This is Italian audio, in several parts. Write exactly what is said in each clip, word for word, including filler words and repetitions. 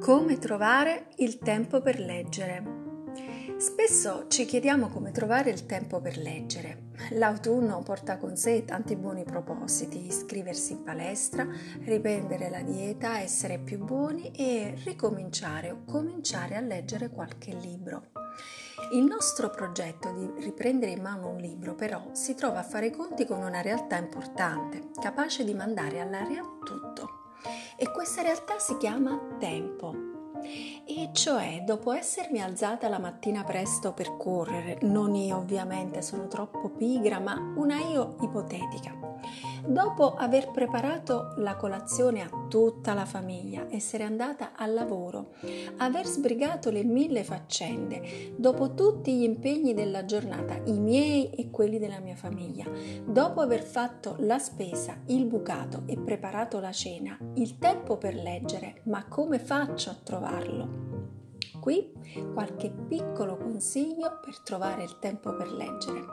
Come trovare il tempo per leggere? Spesso ci chiediamo come trovare il tempo per leggere. L'autunno porta con sé tanti buoni propositi: iscriversi in palestra, riprendere la dieta, essere più buoni e ricominciare o cominciare a leggere qualche libro. Il nostro progetto di riprendere in mano un libro però si trova a fare i conti con una realtà importante, capace di mandare all'aria tutto. E questa realtà si chiama tempo. E cioè, dopo essermi alzata la mattina presto per correre, non io ovviamente, sono troppo pigra, ma una io ipotetica, dopo aver preparato la colazione a tutta la famiglia, essere andata al lavoro, aver sbrigato le mille faccende, dopo tutti gli impegni della giornata, i miei e quelli della mia famiglia, dopo aver fatto la spesa, il bucato e preparato la cena, il tempo per leggere, ma come faccio a trovarlo? Qui qualche piccolo consiglio per trovare il tempo per leggere.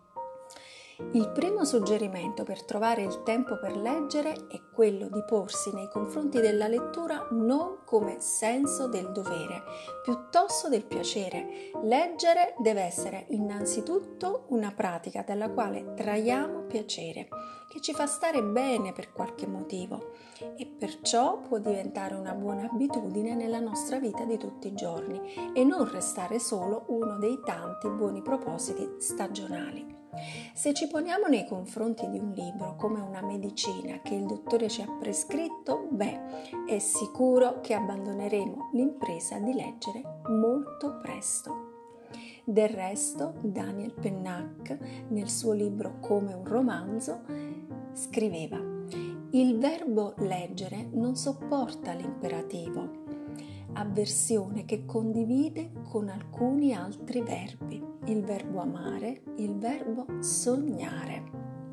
Il primo suggerimento per trovare il tempo per leggere è quello di porsi nei confronti della lettura non come senso del dovere, piuttosto del piacere. Leggere deve essere innanzitutto una pratica dalla quale traiamo piacere, che ci fa stare bene per qualche motivo e perciò può diventare una buona abitudine nella nostra vita di tutti i giorni e non restare solo uno dei tanti buoni propositi stagionali. Se ci poniamo nei confronti di un libro come una medicina che il dottore ci ha prescritto, beh, è sicuro che abbandoneremo l'impresa di leggere molto presto. Del resto, Daniel Pennac, nel suo libro Come un romanzo, scriveva: il verbo leggere non sopporta l'imperativo, avversione che condivide con alcuni altri verbi, il verbo amare, il verbo sognare.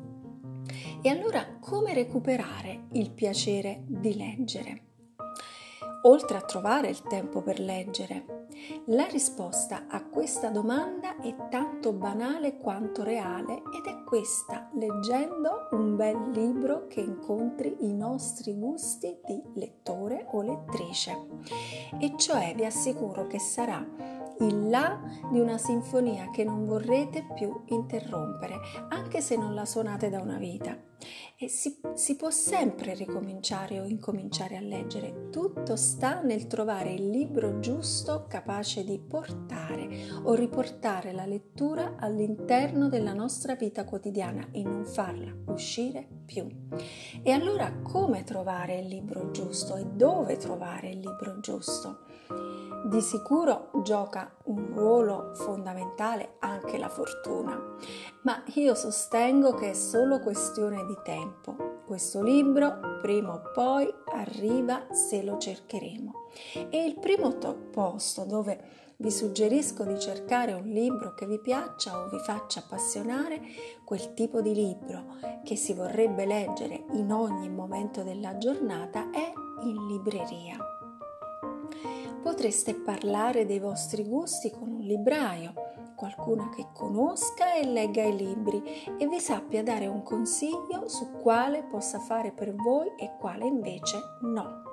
E allora come recuperare il piacere di leggere? Oltre a trovare il tempo per leggere, la risposta a questa domanda è tanto banale quanto reale ed è questa: leggendo un bel libro che incontri i nostri gusti di lettore o lettrice. E cioè vi assicuro che sarà il là di una sinfonia che non vorrete più interrompere, anche se non la suonate da una vita. E si, si può sempre ricominciare o incominciare a leggere. Tutto sta nel trovare il libro giusto capace di portare o riportare la lettura all'interno della nostra vita quotidiana e non farla uscire più. E allora come trovare il libro giusto e dove trovare il libro giusto? Di sicuro gioca un ruolo fondamentale anche la fortuna, ma io sostengo che è solo questione di tempo. Questo libro prima o poi arriva se lo cercheremo. E il primo to- posto dove vi suggerisco di cercare un libro che vi piaccia o vi faccia appassionare, quel tipo di libro che si vorrebbe leggere in ogni momento della giornata, è in libreria. Potreste parlare dei vostri gusti con un libraio, qualcuno che conosca e legga i libri e vi sappia dare un consiglio su quale possa fare per voi e quale invece no.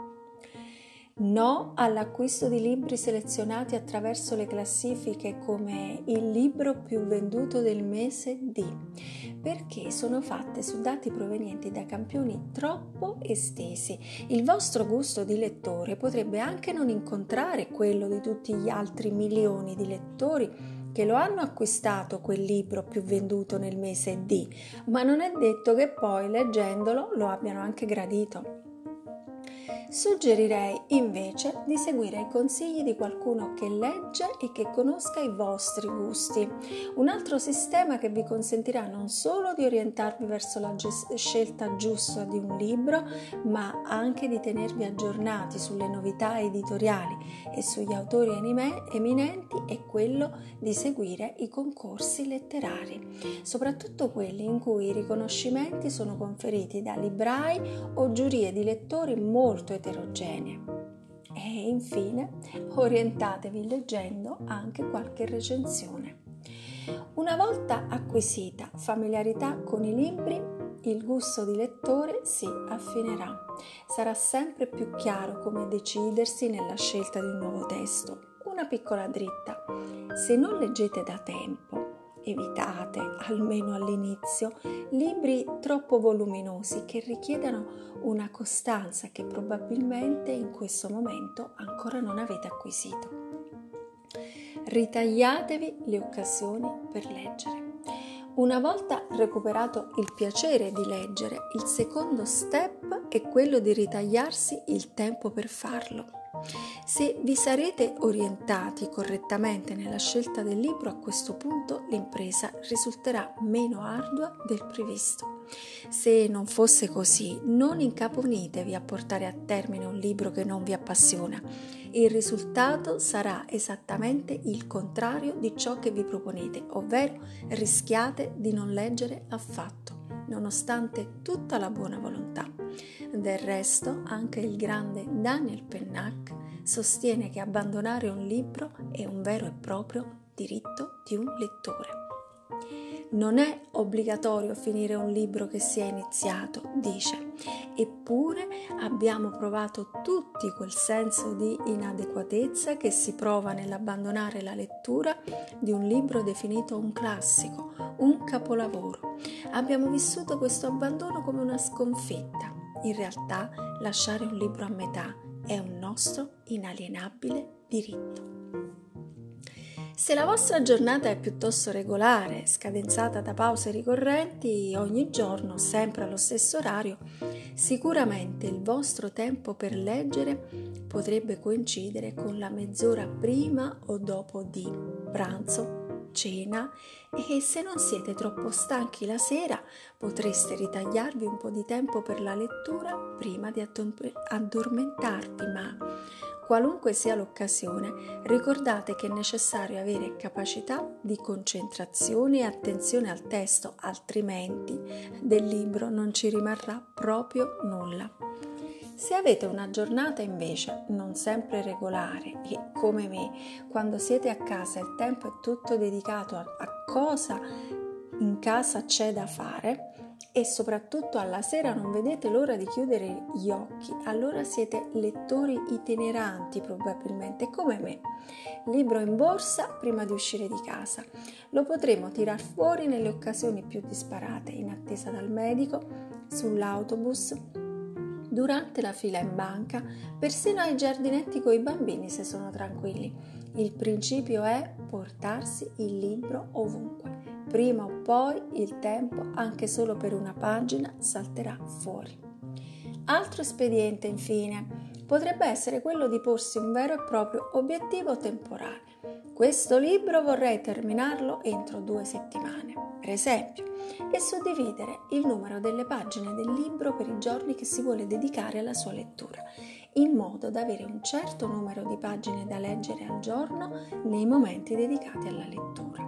No all'acquisto di libri selezionati attraverso le classifiche come il libro più venduto del mese di, perché sono fatte su dati provenienti da campioni troppo estesi. Il vostro gusto di lettore potrebbe anche non incontrare quello di tutti gli altri milioni di lettori che lo hanno acquistato quel libro più venduto nel mese di, ma non è detto che poi leggendolo lo abbiano anche gradito. Suggerirei invece di seguire i consigli di qualcuno che legge e che conosca i vostri gusti. Un altro sistema che vi consentirà non solo di orientarvi verso la ges- scelta giusta di un libro, ma anche di tenervi aggiornati sulle novità editoriali e sugli autori anime- eminenti è quello di seguire i concorsi letterari, soprattutto quelli in cui i riconoscimenti sono conferiti da librai o giurie di lettori molto eterogenee. E infine orientatevi leggendo anche qualche recensione. Una volta acquisita familiarità con i libri, il gusto di lettore si affinerà. Sarà sempre più chiaro come decidersi nella scelta di un nuovo testo. Una piccola dritta: se non leggete da tempo, evitate, almeno all'inizio, libri troppo voluminosi che richiedano una costanza che probabilmente in questo momento ancora non avete acquisito. Ritagliatevi le occasioni per leggere. Una volta recuperato il piacere di leggere, il secondo step è quello di ritagliarsi il tempo per farlo. Se vi sarete orientati correttamente nella scelta del libro, a questo punto l'impresa risulterà meno ardua del previsto. Se non fosse così, non incaponitevi a portare a termine un libro che non vi appassiona. Il risultato sarà esattamente il contrario di ciò che vi proponete, ovvero rischiate di non leggere affatto, nonostante tutta la buona volontà. Del resto, anche il grande Daniel Pennac sostiene che abbandonare un libro è un vero e proprio diritto di un lettore. Non è obbligatorio finire un libro che si è iniziato, dice, eppure abbiamo provato tutti quel senso di inadeguatezza che si prova nell'abbandonare la lettura di un libro definito un classico, un capolavoro. Abbiamo vissuto questo abbandono come una sconfitta. In realtà, lasciare un libro a metà è un nostro inalienabile diritto. Se la vostra giornata è piuttosto regolare, scadenzata da pause ricorrenti ogni giorno, sempre allo stesso orario, sicuramente il vostro tempo per leggere potrebbe coincidere con la mezz'ora prima o dopo di pranzo, cena, e se non siete troppo stanchi la sera potreste ritagliarvi un po' di tempo per la lettura prima di addormentarvi, ma qualunque sia l'occasione, ricordate che è necessario avere capacità di concentrazione e attenzione al testo, altrimenti del libro non ci rimarrà proprio nulla. Se avete una giornata invece non sempre regolare e, come me, quando siete a casa il tempo è tutto dedicato a, a cosa in casa c'è da fare, e soprattutto alla sera non vedete l'ora di chiudere gli occhi, allora siete lettori itineranti probabilmente, come me. Libro in borsa prima di uscire di casa. Lo potremo tirar fuori nelle occasioni più disparate, in attesa dal medico, sull'autobus, durante la fila in banca, persino ai giardinetti coi bambini se sono tranquilli. Il principio è portarsi il libro ovunque. Prima o poi il tempo, anche solo per una pagina, salterà fuori. Altro espediente, infine, potrebbe essere quello di porsi un vero e proprio obiettivo temporale. Questo libro vorrei terminarlo entro due settimane, per esempio, e suddividere il numero delle pagine del libro per i giorni che si vuole dedicare alla sua lettura, in modo da avere un certo numero di pagine da leggere al giorno nei momenti dedicati alla lettura.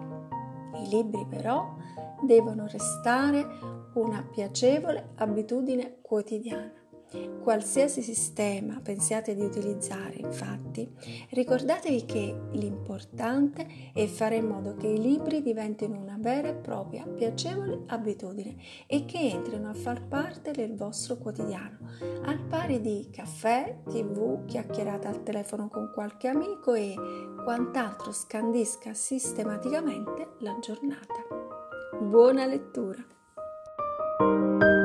I libri però devono restare una piacevole abitudine quotidiana. Qualsiasi sistema pensiate di utilizzare, infatti, ricordatevi che l'importante è fare in modo che i libri diventino una vera e propria piacevole abitudine e che entrino a far parte del vostro quotidiano, al pari di caffè, tv, chiacchierata al telefono con qualche amico e quant'altro scandisca sistematicamente la giornata. Buona lettura!